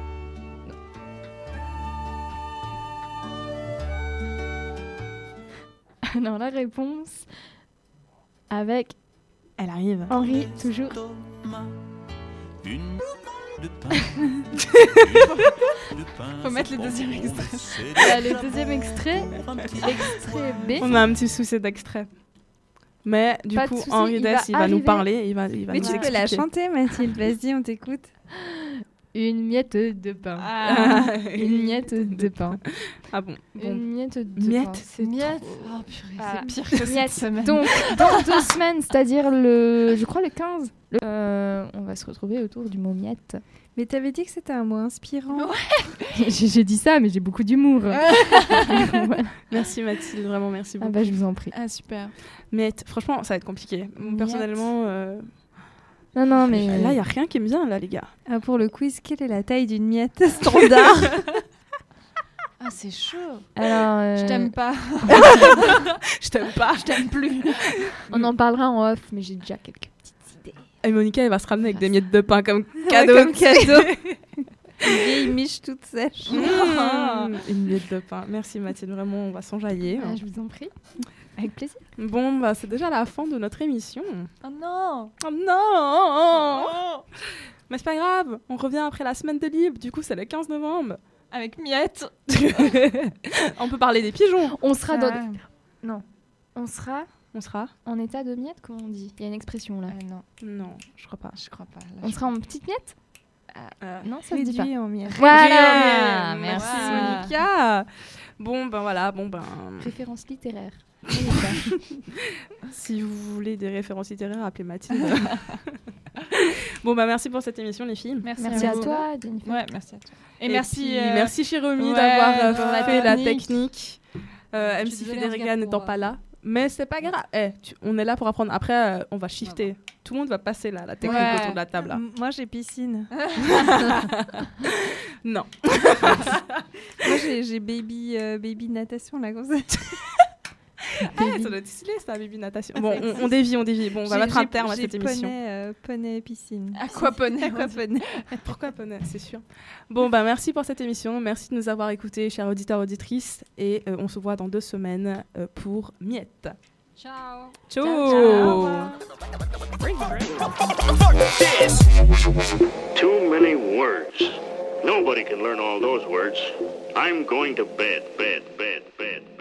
Alors, la réponse avec Elle arrive. Henri, toujours. Estomac. Une de pain. Une de pain, Faut mettre c'est les pas deuxièmes gros, extraits. mais c'est Voilà, déjà le deuxième beau extrait. pour un petit Extrait B. On a un petit souci d'extrait. Mais du Pas de coup, souci, Henri il Dess, va il va nous arriver. parler, il va, il va Mais nous tu peux la expliquer. chanter, Mathilde. Vas-y, on t'écoute. Une miette de pain. Ah. Une miette de pain. Ah bon, bon. Une miette de Miette. pain. C'est miette. Oh purée, Ah. c'est pire que cette Miette. semaine. Donc, dans deux semaines, c'est-à-dire le, je crois le quinze, le- euh, on va se retrouver autour du mot miette. Mais t'avais dit que c'était un mot inspirant. J'ai j'ai dit ça, mais j'ai beaucoup d'humour. Voilà. Merci Mathilde, vraiment merci Ah beaucoup. bah, je vous en prie. Ah super. Mais t- franchement, ça va être compliqué. Miette. Personnellement, euh, Non, non, mais là, il n'y a rien qui me vient, là, les gars. Ah, pour le quiz, quelle est la taille d'une miette standard? Ah c'est chaud. alors, euh, Je t'aime pas. Je t'aime pas. Je t'aime plus. on en parlera en off, mais j'ai déjà quelques petites idées. Et Monica, elle va se ramener avec des miettes de pain comme cadeau. Comme cadeau. Une vieille miche toute sèche. Mmh, une miette de pain. Merci Mathilde, vraiment, on va s'enjailler. Ah, je vous en prie. Avec plaisir. Bon, bah, c'est déjà la fin de notre émission. Oh non. Oh non Mais c'est pas grave, on revient après la semaine de libre, du coup c'est le quinze novembre. Avec miette. On peut parler des pigeons. On sera dans... Ah. Non. On sera On sera en état de miette, comment on dit? Il y a une expression là. Ah, non, Non, je crois pas. je crois pas. Là, On je- sera en petite miette? Euh, Non, ça se dit pas. Réduit en miette. Voilà. Merci Merci. Voilà. Monica. Bon ben voilà, bon ben Référence littéraire. si vous voulez des références littéraires, appelez Mathilde. Bon ben merci pour cette émission les filles. Merci, Merci à vous. toi, Jennifer. Ouais, merci à toi. Et, Et merci. puis, euh, merci Chiromi ouais, d'avoir euh, pour la fait la technique. technique. Euh, Je M suis C désolée, Federica regarde, n'étant pour, pas là. Mais c'est pas grave. Eh, tu- on est là pour apprendre. Après, euh, on va shifter. Tout le monde va passer là, la technique Ouais. autour de la table. Là. M- Moi, j'ai piscine. Non. Moi, j'ai j'ai baby, euh, baby natation, là, comme ça. Ah, ça doit être stylé ça, baby natation. Bon, on, on dévie, on dévie. Bon, on va J'ai- mettre un j'ai- terme à j'ai cette émission. Poney, euh, poney piscine. Aquaponey. Aquaponey. Pourquoi poney, c'est sûr. Bon, bah merci pour cette émission. Merci de nous avoir écoutés, chers auditeurs, auditrices. Et euh, on se voit dans deux semaines euh, pour Miette. Ciao. Ciao. Too many words. Nobody can learn all those words. I'm going to bed, bed, bed, bed.